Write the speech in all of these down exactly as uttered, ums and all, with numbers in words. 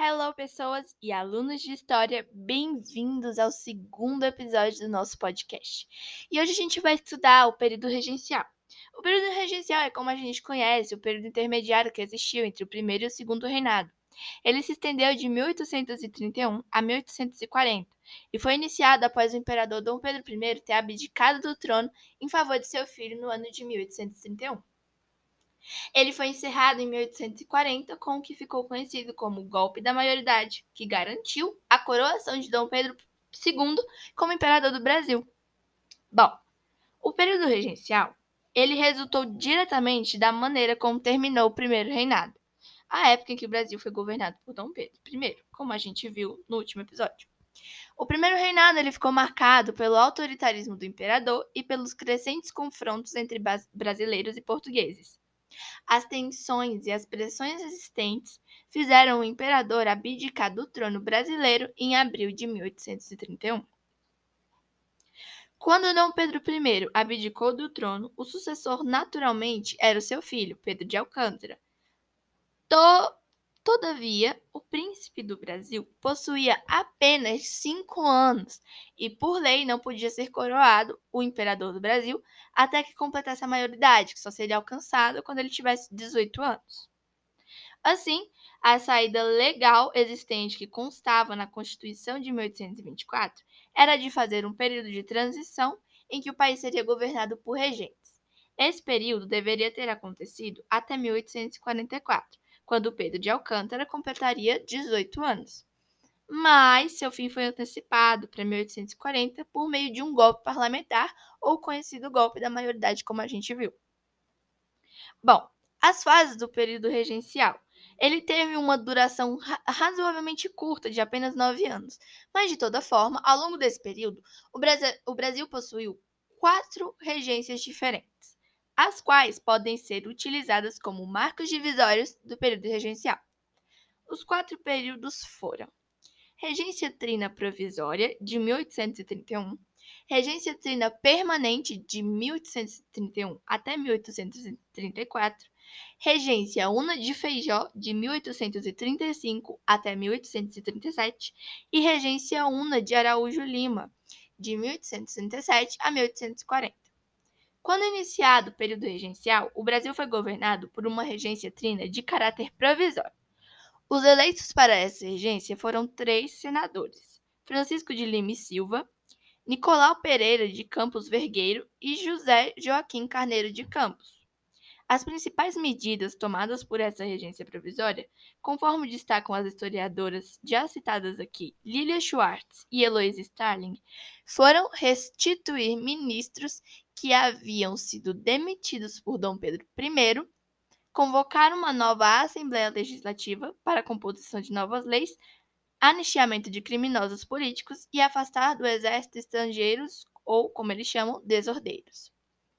Hello, pessoas e alunos de história, bem-vindos ao segundo episódio do nosso podcast. E hoje a gente vai estudar o período regencial. O período regencial é como a gente conhece o período intermediário que existiu entre o primeiro e o segundo reinado. Ele se estendeu de mil oitocentos e trinta e um a mil oitocentos e quarenta e foi iniciado após o imperador Dom Pedro I ter abdicado do trono em favor de seu filho no ano de mil oitocentos e trinta e um. Ele foi encerrado em mil oitocentos e quarenta com o que ficou conhecido como o Golpe da Maioridade, que garantiu a coroação de Dom Pedro segundo como imperador do Brasil. Bom, o período regencial, ele resultou diretamente da maneira como terminou o primeiro reinado, a época em que o Brasil foi governado por Dom Pedro I, como a gente viu no último episódio. O primeiro reinado ele ficou marcado pelo autoritarismo do imperador e pelos crescentes confrontos entre brasileiros e portugueses. As tensões e as pressões existentes fizeram o imperador abdicar do trono brasileiro em abril de mil oitocentos e trinta e um. Quando Dom Pedro I abdicou do trono, o sucessor naturalmente era o seu filho, Pedro de Alcântara. To- Todavia, o príncipe do Brasil possuía apenas cinco anos e, por lei, não podia ser coroado o imperador do Brasil até que completasse a maioridade, que só seria alcançada quando ele tivesse dezoito anos. Assim, a saída legal existente que constava na Constituição de mil oitocentos e vinte e quatro era de fazer um período de transição em que o país seria governado por regentes. Esse período deveria ter acontecido até mil oitocentos e quarenta e quatro, quando Pedro de Alcântara completaria dezoito anos. Mas seu fim foi antecipado para mil oitocentos e quarenta por meio de um golpe parlamentar, ou conhecido golpe da maioridade, como a gente viu. Bom, as fases do período regencial. Ele teve uma duração ra- razoavelmente curta, de apenas nove anos. Mas, de toda forma, ao longo desse período, o Brasil, o Brasil possuiu quatro regências diferentes, as quais podem ser utilizadas como marcos divisórios do período regencial. Os quatro períodos foram: Regência Trina Provisória, de mil oitocentos e trinta e um, Regência Trina Permanente, de mil oitocentos e trinta e um até mil oitocentos e trinta e quatro, Regência Una de Feijó, de mil oitocentos e trinta e cinco até mil oitocentos e trinta e sete, e Regência Una de Araújo Lima, de mil oitocentos e trinta e sete a mil oitocentos e quarenta. Quando iniciado o período regencial, o Brasil foi governado por uma regência trina de caráter provisório. Os eleitos para essa regência foram três senadores: Francisco de Lima e Silva, Nicolau Pereira de Campos Vergueiro e José Joaquim Carneiro de Campos. As principais medidas tomadas por essa regência provisória, conforme destacam as historiadoras já citadas aqui, Lilia Schwartz e Heloísa Starling, foram restituir ministros que haviam sido demitidos por Dom Pedro I, convocar uma nova Assembleia Legislativa para a composição de novas leis, anistiamento de criminosos políticos e afastar do exército estrangeiros, ou, como eles chamam, desordeiros.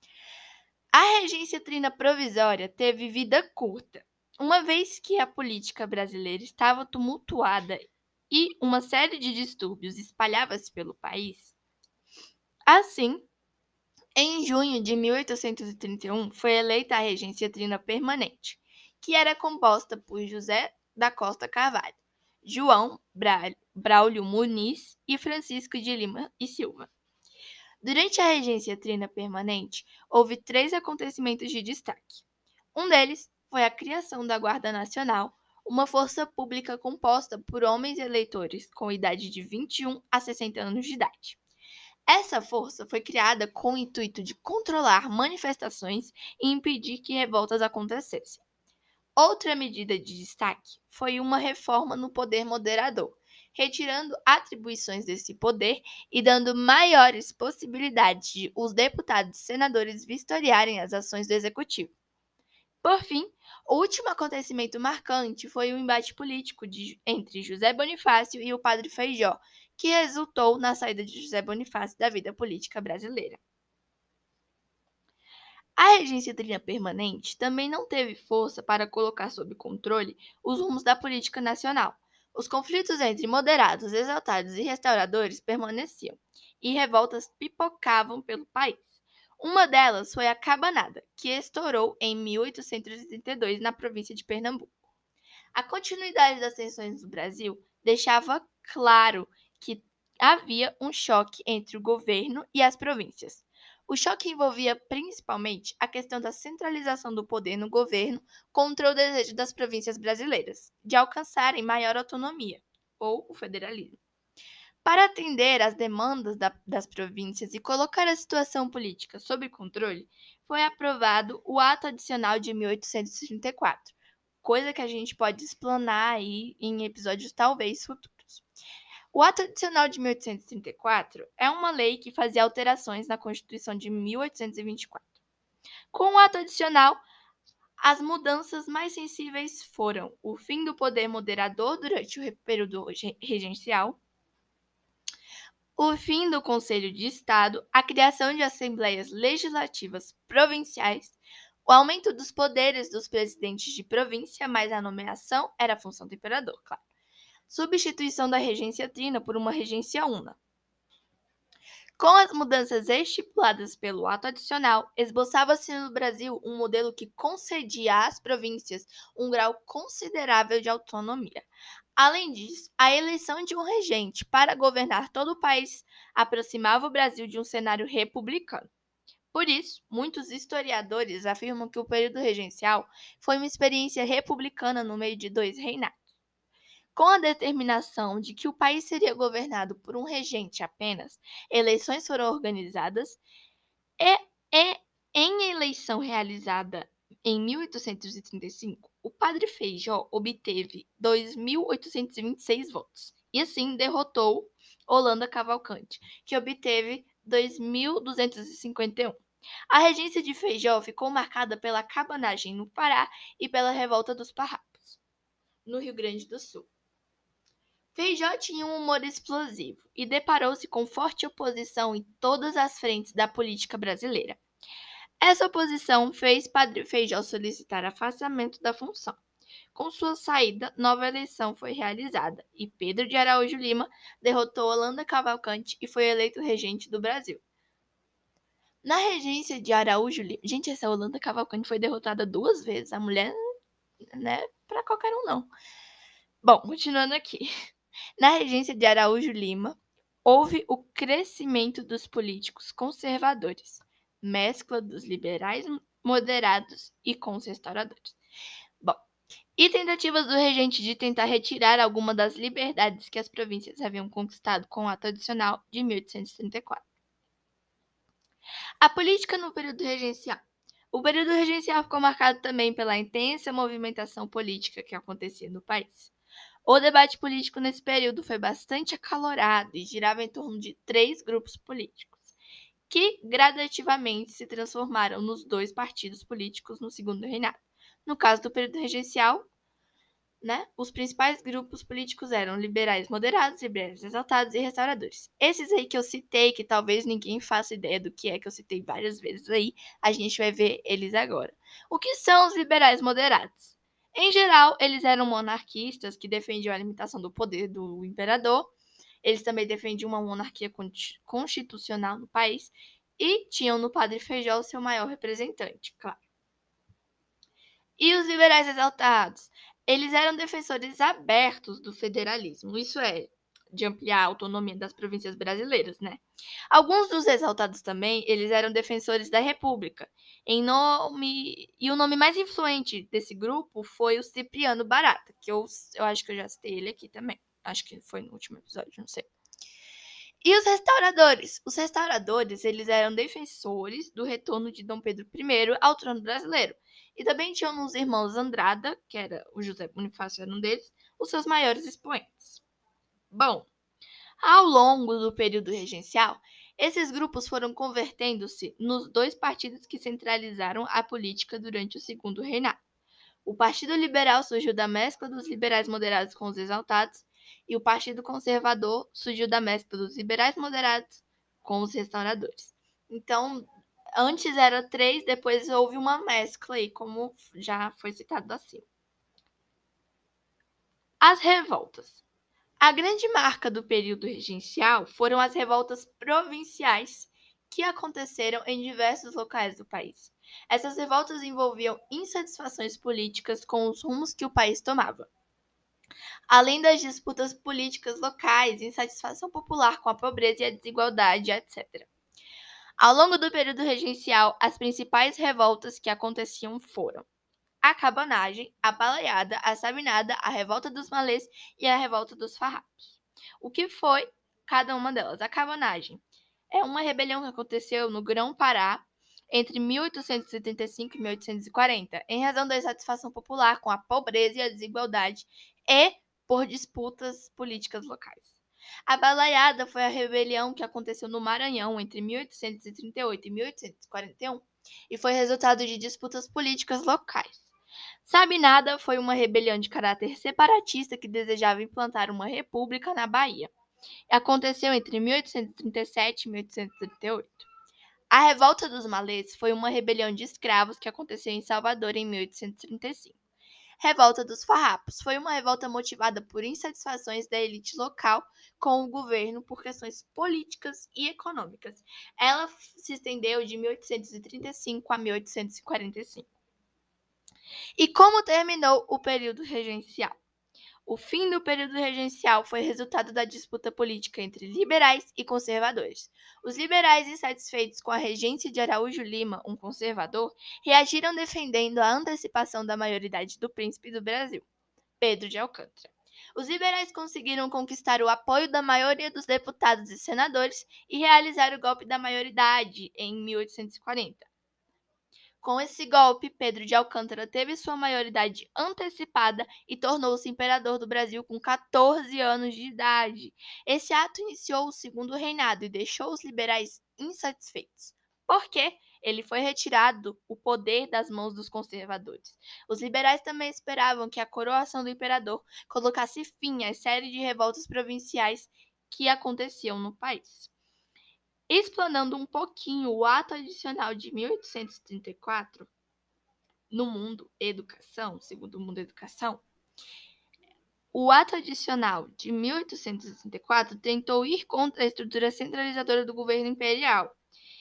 A regência trina provisória teve vida curta, uma vez que a política brasileira estava tumultuada e uma série de distúrbios espalhava-se pelo país. Assim, em junho de mil oitocentos e trinta e um, foi eleita a regência trina permanente, que era composta por José da Costa Carvalho, João Braulio Muniz e Francisco de Lima e Silva. Durante a regência trina permanente, houve três acontecimentos de destaque. Um deles foi a criação da Guarda Nacional, uma força pública composta por homens eleitores com idade de vinte e um a sessenta anos de idade. Essa força foi criada com o intuito de controlar manifestações e impedir que revoltas acontecessem. Outra medida de destaque foi uma reforma no poder moderador, retirando atribuições desse poder e dando maiores possibilidades de os deputados e senadores vistoriarem as ações do executivo. Por fim, o último acontecimento marcante foi o embate político de, entre José Bonifácio e o padre Feijó, que resultou na saída de José Bonifácio da vida política brasileira. A regência trina permanente também não teve força para colocar sob controle os rumos da política nacional. Os conflitos entre moderados, exaltados e restauradores permaneciam, e revoltas pipocavam pelo país. Uma delas foi a Cabanada, que estourou em mil oitocentos e trinta e dois na província de Pernambuco. A continuidade das tensões no Brasil deixava claro que havia um choque entre o governo e as províncias. O choque envolvia principalmente a questão da centralização do poder no governo contra o desejo das províncias brasileiras de alcançarem maior autonomia, ou o federalismo. Para atender às demandas da- das províncias e colocar a situação política sob controle, foi aprovado o Ato Adicional de mil oitocentos e trinta e quatro, coisa que a gente pode explanar aí em episódios talvez futuros. O Ato Adicional de mil oitocentos e trinta e quatro é uma lei que fazia alterações na Constituição de mil oitocentos e vinte e quatro. Com o Ato Adicional, as mudanças mais sensíveis foram o fim do poder moderador durante o período regencial, o fim do Conselho de Estado, a criação de assembleias legislativas provinciais, o aumento dos poderes dos presidentes de província, mas a nomeação era a função do imperador, claro. Substituição da regência trina por uma regência una. Com as mudanças estipuladas pelo ato adicional, esboçava-se no Brasil um modelo que concedia às províncias um grau considerável de autonomia. Além disso, a eleição de um regente para governar todo o país aproximava o Brasil de um cenário republicano. Por isso, muitos historiadores afirmam que o período regencial foi uma experiência republicana no meio de dois reinados. Com a determinação de que o país seria governado por um regente apenas, eleições foram organizadas e, e em eleição realizada em mil oitocentos e trinta e cinco, o padre Feijó obteve dois mil oitocentos e vinte e seis votos e assim derrotou Holanda Cavalcante, que obteve dois mil duzentos e cinquenta e um. A regência de Feijó ficou marcada pela cabanagem no Pará e pela revolta dos Farrapos, no Rio Grande do Sul. Feijó tinha um humor explosivo e deparou-se com forte oposição em todas as frentes da política brasileira. Essa oposição fez Padre Feijó solicitar afastamento da função. Com sua saída, nova eleição foi realizada e Pedro de Araújo Lima derrotou Holanda Cavalcante e foi eleito regente do Brasil. Na regência de Araújo Lima... Gente, essa Holanda Cavalcante foi derrotada duas vezes. A mulher, né, para qualquer um não. Bom, continuando aqui. Na regência de Araújo Lima, houve o crescimento dos políticos conservadores, mescla dos liberais moderados e com os restauradores. Bom, e tentativas do regente de tentar retirar alguma das liberdades que as províncias haviam conquistado com o ato adicional de mil oitocentos e trinta e quatro. A política no período regencial. O período regencial ficou marcado também pela intensa movimentação política que acontecia no país. O debate político nesse período foi bastante acalorado e girava em torno de três grupos políticos, que gradativamente se transformaram nos dois partidos políticos no segundo reinado. No caso do período regencial, né, os principais grupos políticos eram liberais moderados, liberais exaltados e restauradores. Esses aí que eu citei, que talvez ninguém faça ideia do que é, que eu citei várias vezes aí, a gente vai ver eles agora. O que são os liberais moderados? Em geral, eles eram monarquistas que defendiam a limitação do poder do imperador. Eles também defendiam uma monarquia constitucional no país e tinham no Padre Feijó o seu maior representante, claro. E os liberais exaltados? Eles eram defensores abertos do federalismo, isso é, de ampliar a autonomia das províncias brasileiras, né? Alguns dos exaltados também, eles eram defensores da República. Em nome e o nome mais influente desse grupo foi o Cipriano Barata, que eu, eu acho que eu já citei ele aqui também. Acho que foi no último episódio, não sei. E os restauradores? Os restauradores, eles eram defensores do retorno de Dom Pedro I ao trono brasileiro. E também tinham nos irmãos Andrada, que era o José Bonifácio era um deles, os seus maiores expoentes. Bom, ao longo do período regencial, esses grupos foram convertendo-se nos dois partidos que centralizaram a política durante o segundo reinado. O Partido Liberal surgiu da mescla dos liberais moderados com os exaltados, e o Partido Conservador surgiu da mescla dos liberais moderados com os restauradores. Então, antes era três, depois houve uma mescla aí, como já foi citado acima. As revoltas. A grande marca do período regencial foram as revoltas provinciais que aconteceram em diversos locais do país. Essas revoltas envolviam insatisfações políticas com os rumos que o país tomava. além das disputas políticas locais, insatisfação popular com a pobreza e a desigualdade, etcétera. Ao longo do período regencial, as principais revoltas que aconteciam foram a cabanagem, a baleada, a sabinada, a revolta dos malês e a revolta dos farrapos. O que foi cada uma delas? A cabanagem é uma rebelião que aconteceu no Grão-Pará entre mil oitocentos e trinta e cinco e mil oitocentos e quarenta, em razão da insatisfação popular com a pobreza e a desigualdade e por disputas políticas locais. A Balaiada foi a rebelião que aconteceu no Maranhão entre mil oitocentos e trinta e oito e mil oitocentos e quarenta e um e foi resultado de disputas políticas locais. Sabinada foi uma rebelião de caráter separatista que desejava implantar uma república na Bahia. Aconteceu entre mil oitocentos e trinta e sete e mil oitocentos e trinta e oito. A Revolta dos Malês foi uma rebelião de escravos que aconteceu em Salvador em mil oitocentos e trinta e cinco. Revolta dos Farrapos foi uma revolta motivada por insatisfações da elite local com o governo por questões políticas e econômicas. Ela se estendeu de mil oitocentos e trinta e cinco a mil oitocentos e quarenta e cinco. E como terminou o período regencial? O fim do período regencial foi resultado da disputa política entre liberais e conservadores. Os liberais, insatisfeitos com a regência de Araújo Lima, um conservador, reagiram defendendo a antecipação da maioridade do príncipe do Brasil, Pedro de Alcântara. Os liberais conseguiram conquistar o apoio da maioria dos deputados e senadores e realizar o golpe da maioridade em mil oitocentos e quarenta. Com esse golpe, Pedro de Alcântara teve sua maioridade antecipada e tornou-se imperador do Brasil com quatorze anos de idade. Esse ato iniciou o segundo reinado e deixou os liberais insatisfeitos. Por quê? Ele foi retirado o poder das mãos dos conservadores. Os liberais também esperavam que a coroação do imperador colocasse fim à série de revoltas provinciais que aconteciam no país. Explanando um pouquinho o ato adicional de mil oitocentos e trinta e quatro no Mundo Educação, segundo o Mundo Educação, o ato adicional de mil oitocentos e trinta e quatro tentou ir contra a estrutura centralizadora do governo imperial.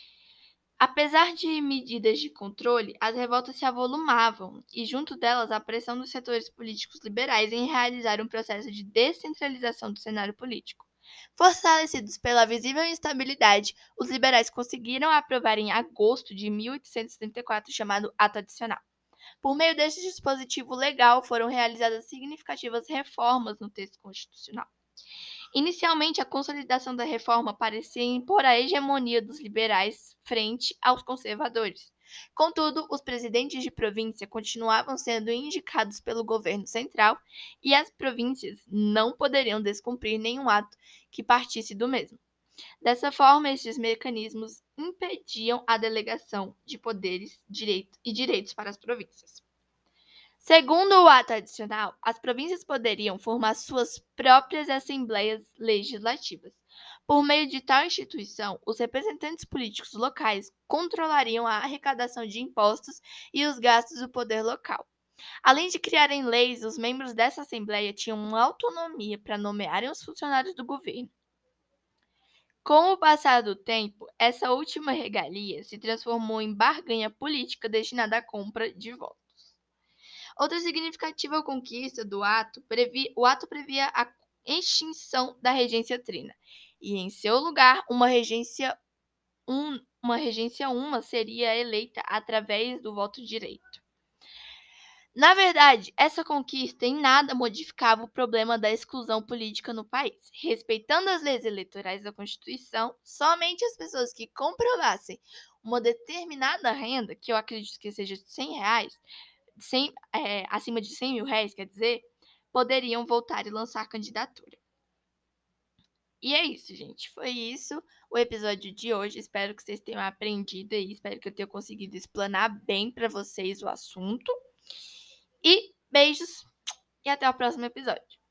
Apesar de medidas de controle, as revoltas se avolumavam e, junto delas, a pressão dos setores políticos liberais em realizar um processo de descentralização do cenário político. Fortalecidos pela visível instabilidade, os liberais conseguiram aprovar em agosto de mil oitocentos e trinta e quatro o chamado Ato Adicional. Por meio deste dispositivo legal, foram realizadas significativas reformas no texto constitucional. Inicialmente, a consolidação da reforma parecia impor a hegemonia dos liberais frente aos conservadores. Contudo, os presidentes de província continuavam sendo indicados pelo governo central e as províncias não poderiam descumprir nenhum ato que partisse do mesmo. Dessa forma, estes mecanismos impediam a delegação de poderes direito e direitos para as províncias. Segundo o ato adicional, as províncias poderiam formar suas próprias assembleias legislativas. Por meio de tal instituição, os representantes políticos locais controlariam a arrecadação de impostos e os gastos do poder local. Além de criarem leis, os membros dessa assembleia tinham autonomia para nomearem os funcionários do governo. Com o passar do tempo, essa última regalia se transformou em barganha política destinada à compra de votos. Outra significativa conquista do ato, previ, o ato previa a extinção da regência trina, e em seu lugar, uma regência, um, uma regência uma seria eleita através do voto direito. Na verdade, essa conquista em nada modificava o problema da exclusão política no país. Respeitando as leis eleitorais da Constituição, somente as pessoas que comprovassem uma determinada renda, que eu acredito que seja de cem reais, cem, é, acima de cem mil reais, quer dizer, poderiam voltar e lançar candidatura. E é isso, gente. Foi isso o episódio de hoje. Espero que vocês tenham aprendido aí. Espero que eu tenha conseguido explanar bem para vocês o assunto. E beijos e até o próximo episódio.